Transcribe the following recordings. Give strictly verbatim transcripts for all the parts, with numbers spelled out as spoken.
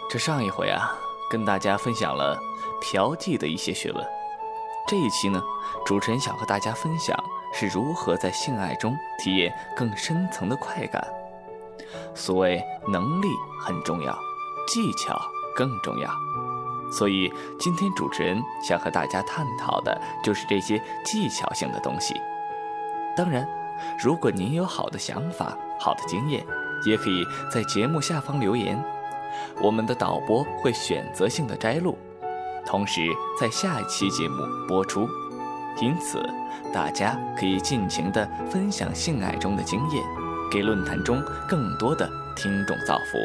这上一回啊，跟大家分享了嫖妓的一些学问。这一期呢，主持人想和大家分享是如何在性爱中体验更深层的快感。所谓能力很重要，技巧更重要。所以今天主持人想和大家探讨的就是这些技巧性的东西。当然，如果您有好的想法、好的经验，也可以在节目下方留言，我们的导播会选择性的摘录，同时在下一期节目播出。因此，大家可以尽情地分享性爱中的经验，给论坛中更多的听众造福。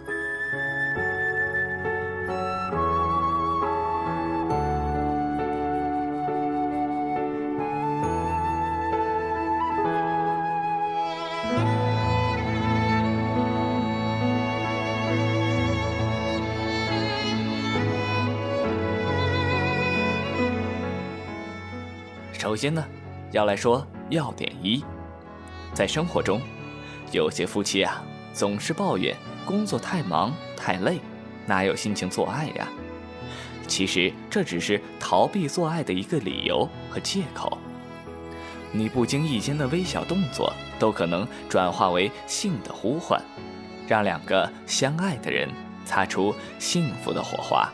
首先呢，要来说要点一。在生活中，有些夫妻啊，总是抱怨工作太忙太累，哪有心情做爱呀？其实这只是逃避做爱的一个理由和借口。你不经意间的微小动作，都可能转化为性的呼唤，让两个相爱的人擦出幸福的火花。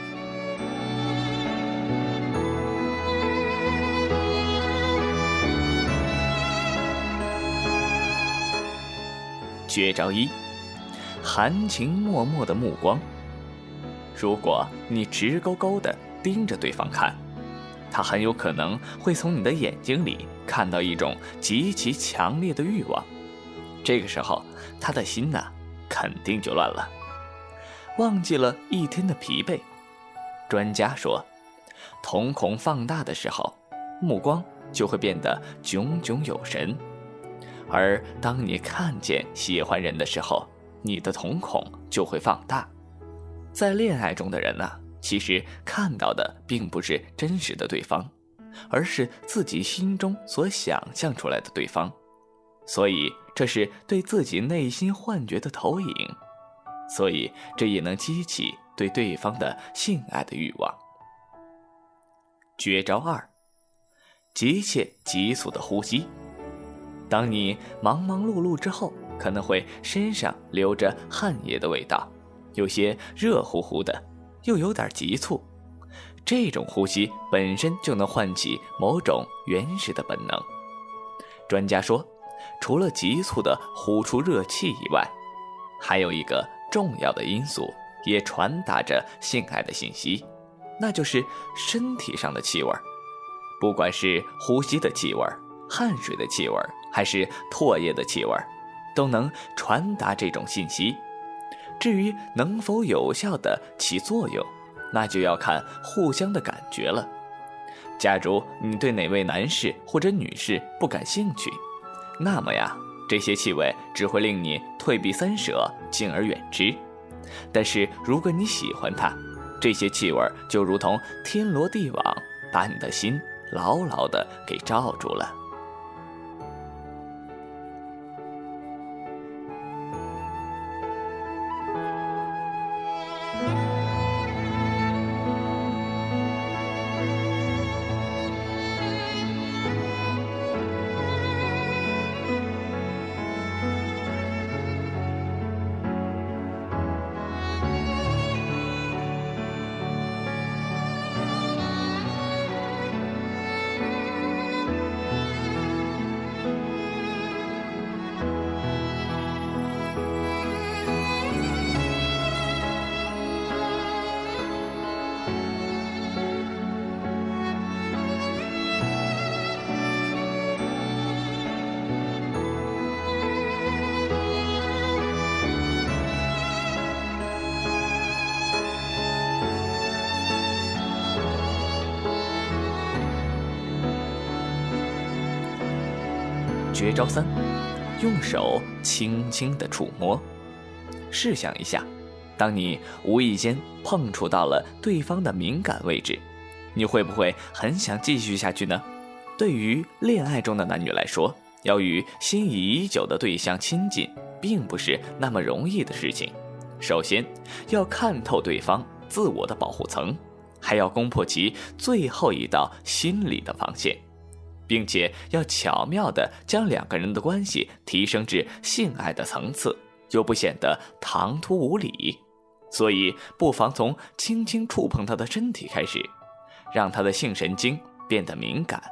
绝招一，含情脉脉的目光。如果你直勾勾地盯着对方看，他很有可能会从你的眼睛里看到一种极其强烈的欲望。这个时候，他的心呐，肯定就乱了，忘记了一天的疲惫。专家说，瞳孔放大的时候，目光就会变得炯炯有神。而当你看见喜欢人的时候，你的瞳孔就会放大。在恋爱中的人呢、啊，其实看到的并不是真实的对方，而是自己心中所想象出来的对方，所以这是对自己内心幻觉的投影，所以这也能激起对对方的性爱的欲望。绝招二，急切急促的呼吸。当你忙忙碌碌之后，可能会身上流着汗液的味道，有些热乎乎的，又有点急促。这种呼吸本身就能唤起某种原始的本能。专家说，除了急促的呼出热气以外，还有一个重要的因素也传达着性爱的信息，那就是身体上的气味。不管是呼吸的气味、汗水的气味，还是唾液的气味，都能传达这种信息。至于能否有效地起作用，那就要看互相的感觉了。假如你对哪位男士或者女士不感兴趣，那么呀，这些气味只会令你退避三舍，敬而远之。但是如果你喜欢他，这些气味就如同天罗地网，把你的心牢牢地给罩住了。绝招三，用手轻轻地触摸。试想一下，当你无意间碰触到了对方的敏感位置，你会不会很想继续下去呢？对于恋爱中的男女来说，要与心仪已久的对象亲近，并不是那么容易的事情。 首先要看透对方自我的保护层，还要攻破其最后一道心理的防线，并且要巧妙地将两个人的关系提升至性爱的层次，又不显得唐突无礼。所以不妨从轻轻触碰他的身体开始，让他的性神经变得敏感。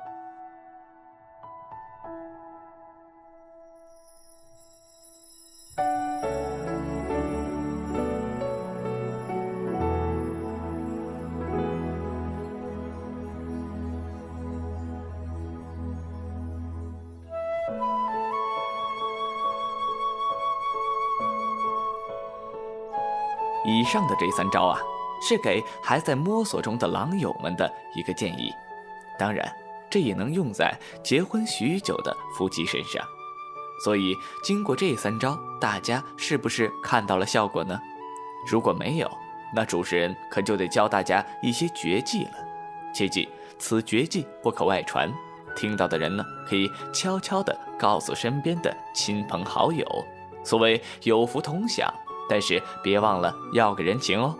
以上的这三招啊，是给还在摸索中的狼友们的一个建议。当然，这也能用在结婚许久的夫妻身上。所以，经过这三招，大家是不是看到了效果呢？如果没有，那主持人可就得教大家一些绝技了。切记，此绝技不可外传。听到的人呢，可以悄悄地告诉身边的亲朋好友。所谓有福同享。但是别忘了要个人情哦。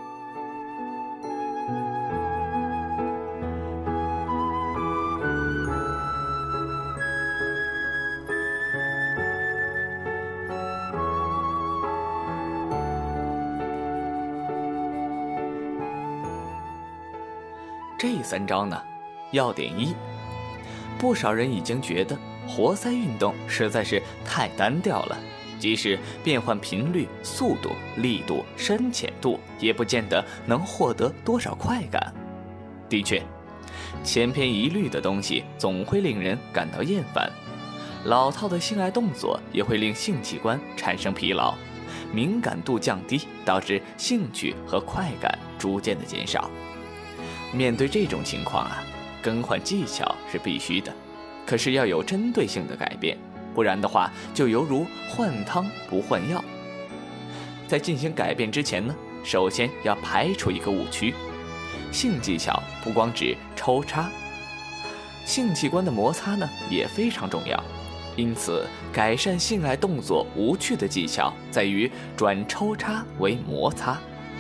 这三招呢，要点一，不少人已经觉得活塞运动实在是太单调了。即使变换频率、速度、力度、深浅度，也不见得能获得多少快感。的确，千篇一律的东西总会令人感到厌烦，老套的性爱动作也会令性器官产生疲劳，敏感度降低，导致兴趣和快感逐渐的减少。面对这种情况啊，更换技巧是必须的，可是要有针对性的改变。不然的话，就犹如换汤不换药。在进行改变之前呢，首先要排除一个误区：性技巧不光指抽插，性器官的摩擦呢也非常重要。因此，改善性爱动作无趣的技巧在于转抽插为摩擦。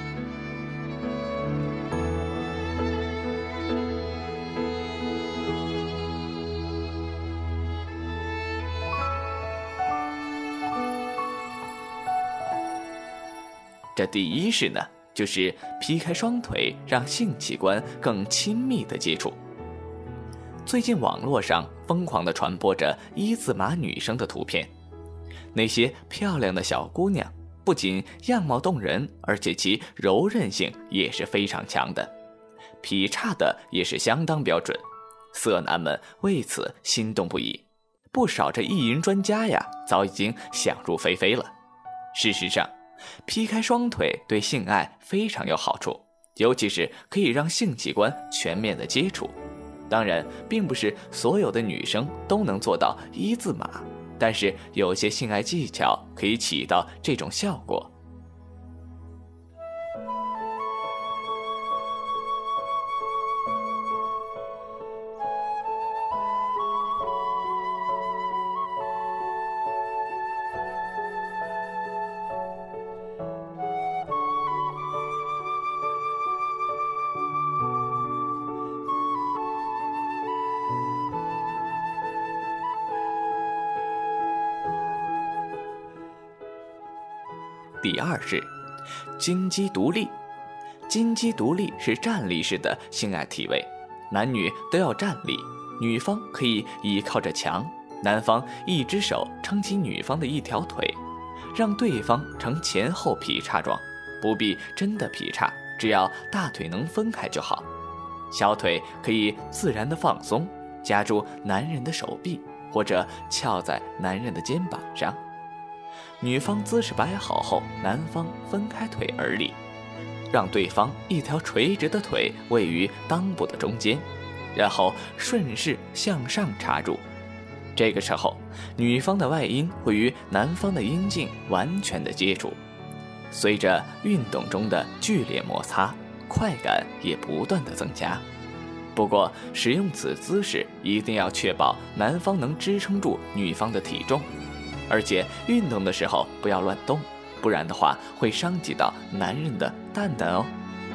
这第一式呢，就是劈开双腿，让性器官更亲密的接触。最近网络上疯狂地传播着一字马女生的图片，那些漂亮的小姑娘不仅样貌动人，而且其柔韧性也是非常强的，劈叉的也是相当标准，色男们为此心动不已，不少这意淫专家呀，早已经想入非非了。事实上，劈开双腿对性爱非常有好处，尤其是可以让性器官全面的接触。当然，并不是所有的女生都能做到一字马，但是有些性爱技巧可以起到这种效果。第二是金鸡独立。金鸡独立是站立式的性爱体位，男女都要站立，女方可以倚靠着墙，男方一只手撑起女方的一条腿，让对方呈前后劈叉状，不必真的劈叉，只要大腿能分开就好。小腿可以自然的放松，夹住男人的手臂，或者翘在男人的肩膀上。女方姿势摆好后，男方分开腿而立，让对方一条垂直的腿位于裆部的中间，然后顺势向上插入。这个时候，女方的外阴会与男方的阴茎完全的接触，随着运动中的剧烈摩擦，快感也不断的增加。不过，使用此姿势一定要确保男方能支撑住女方的体重，而且运动的时候不要乱动， 不然的话会伤及到男人的蛋蛋哦。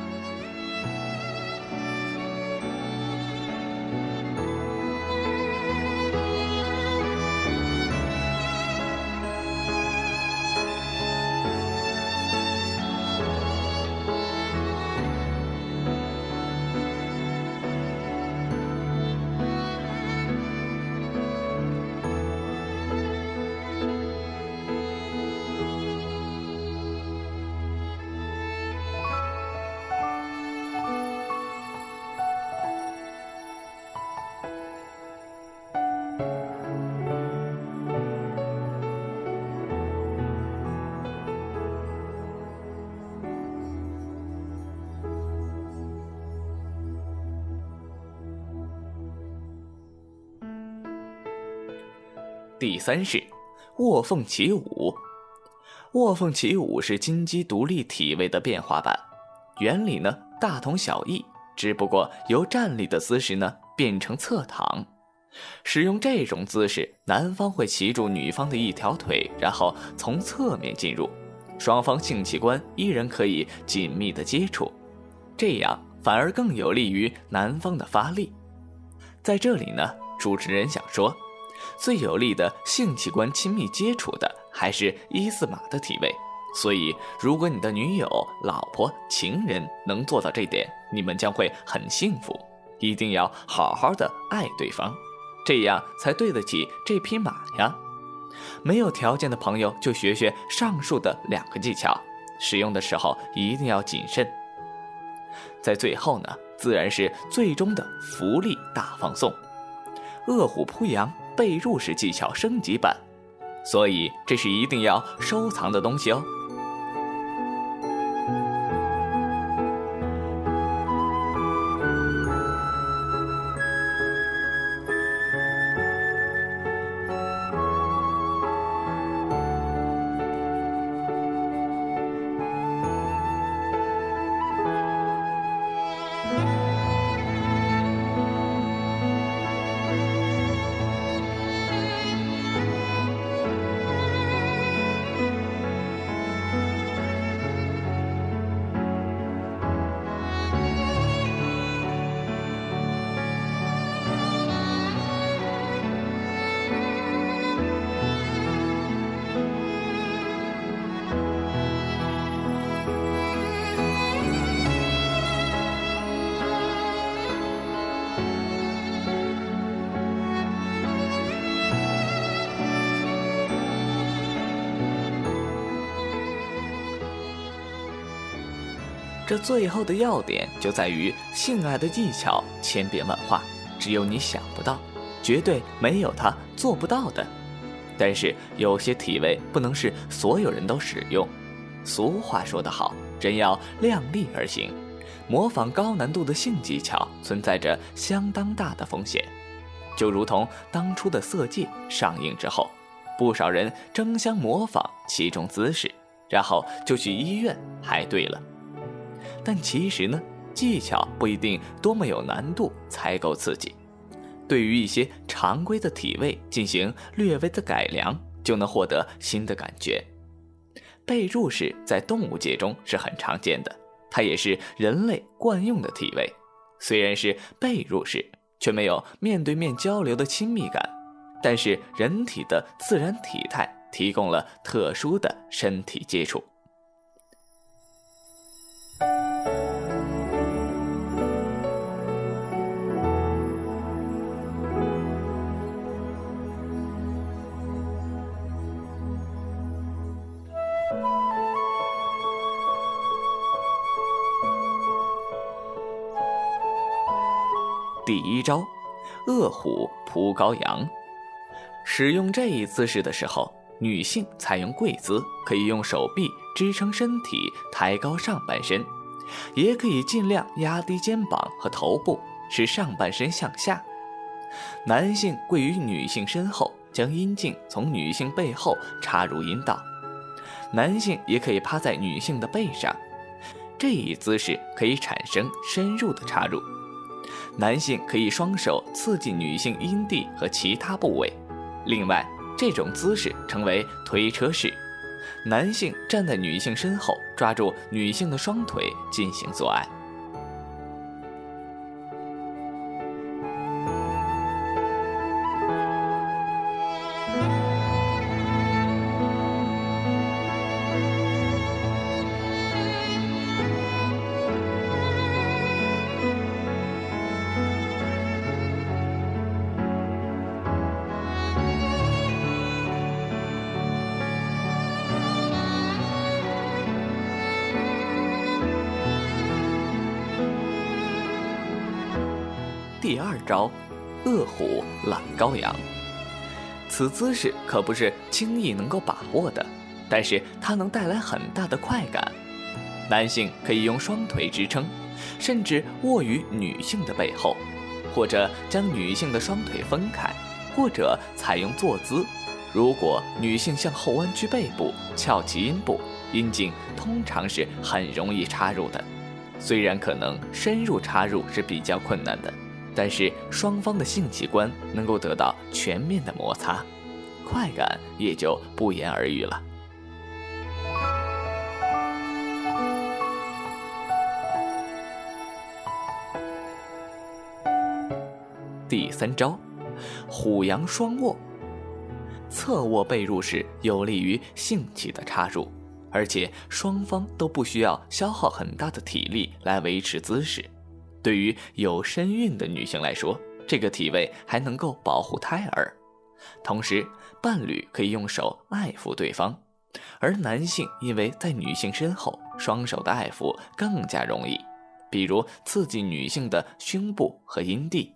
第三是卧凤起舞。卧凤起舞是金鸡独立体位的变化版，原理呢大同小异，只不过由站立的姿势呢变成侧躺。使用这种姿势，男方会骑住女方的一条腿，然后从侧面进入，双方性器官依然可以紧密的接触，这样反而更有利于男方的发力。在这里呢，主持人想说，最有力的性器官亲密接触的还是伊斯玛的体位，所以如果你的女友、老婆、情人能做到这点，你们将会很幸福。一定要好好的爱对方，这样才对得起这匹马呀。没有条件的朋友就学学上述的两个技巧，使用的时候一定要谨慎。在最后呢，自然是最终的福利大放送，饿虎扑羊被入式技巧升级版，所以这是一定要收藏的东西哦。这最后的要点就在于性爱的技巧千变万化，只有你想不到，绝对没有他做不到的。但是有些体位不能是所有人都使用，俗话说得好，人要量力而行，模仿高难度的性技巧存在着相当大的风险。就如同当初的色戒上映之后，不少人争相模仿其中姿势，然后就去医院排队了。但其实呢，技巧不一定多么有难度才够刺激，对于一些常规的体位进行略微的改良，就能获得新的感觉。被入式在动物界中是很常见的，它也是人类惯用的体位。虽然是被入式，却没有面对面交流的亲密感，但是人体的自然体态提供了特殊的身体接触。第一招，饿虎扑羔羊。使用这一姿势的时候，女性采用跪姿，可以用手臂支撑身体，抬高上半身，也可以尽量压低肩膀和头部，使上半身向下。男性跪于女性身后，将阴茎从女性背后插入阴道，男性也可以趴在女性的背上，这一姿势可以产生深入的插入。男性可以双手刺激女性阴蒂和其他部位。另外，这种姿势称为推车式， 男性站在女性身后，抓住女性的双腿进行做爱。第二招，饿虎揽羔羊。此姿势可不是轻易能够把握的，但是它能带来很大的快感。男性可以用双腿支撑，甚至卧于女性的背后，或者将女性的双腿分开，或者采用坐姿。如果女性向后弯曲背部，翘起阴部，阴茎通常是很容易插入的。虽然可能深入插入是比较困难的，但是双方的性器官能够得到全面的摩擦，快感也就不言而喻了。第三招，虎羊双卧。侧卧被褥时有利于性器的插入，而且双方都不需要消耗很大的体力来维持姿势。对于有身孕的女性来说，这个体位还能够保护胎儿。同时，伴侣可以用手爱抚对方，而男性因为在女性身后，双手的爱抚更加容易，比如刺激女性的胸部和阴蒂。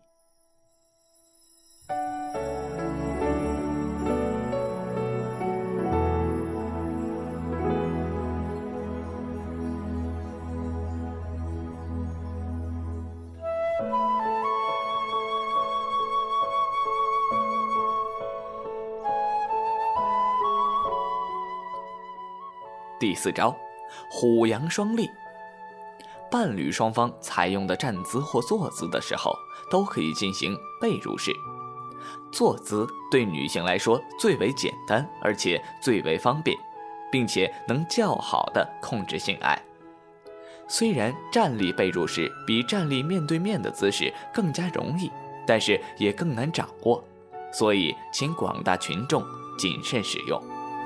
第四招，虎羊双立。伴侣双方采用的站姿或坐姿的时候，都可以进行被褥式。坐姿对女性来说最为简单，而且最为方便，并且能较好地控制性爱。虽然站立被褥式比站立面对面的姿势更加容易，但是也更难掌握，所以请广大群众谨慎使用。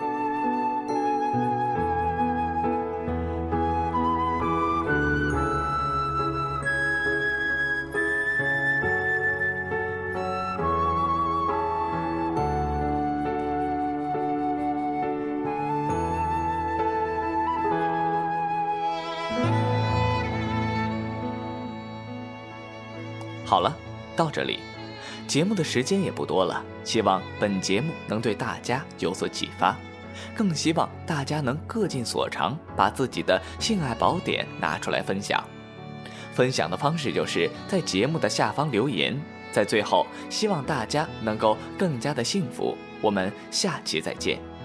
好了，到这里，节目的时间也不多了，希望本节目能对大家有所启发，更希望大家能各尽所长，把自己的性爱宝典拿出来分享。分享的方式就是在节目的下方留言，在最后希望大家能够更加的幸福。我们下期再见。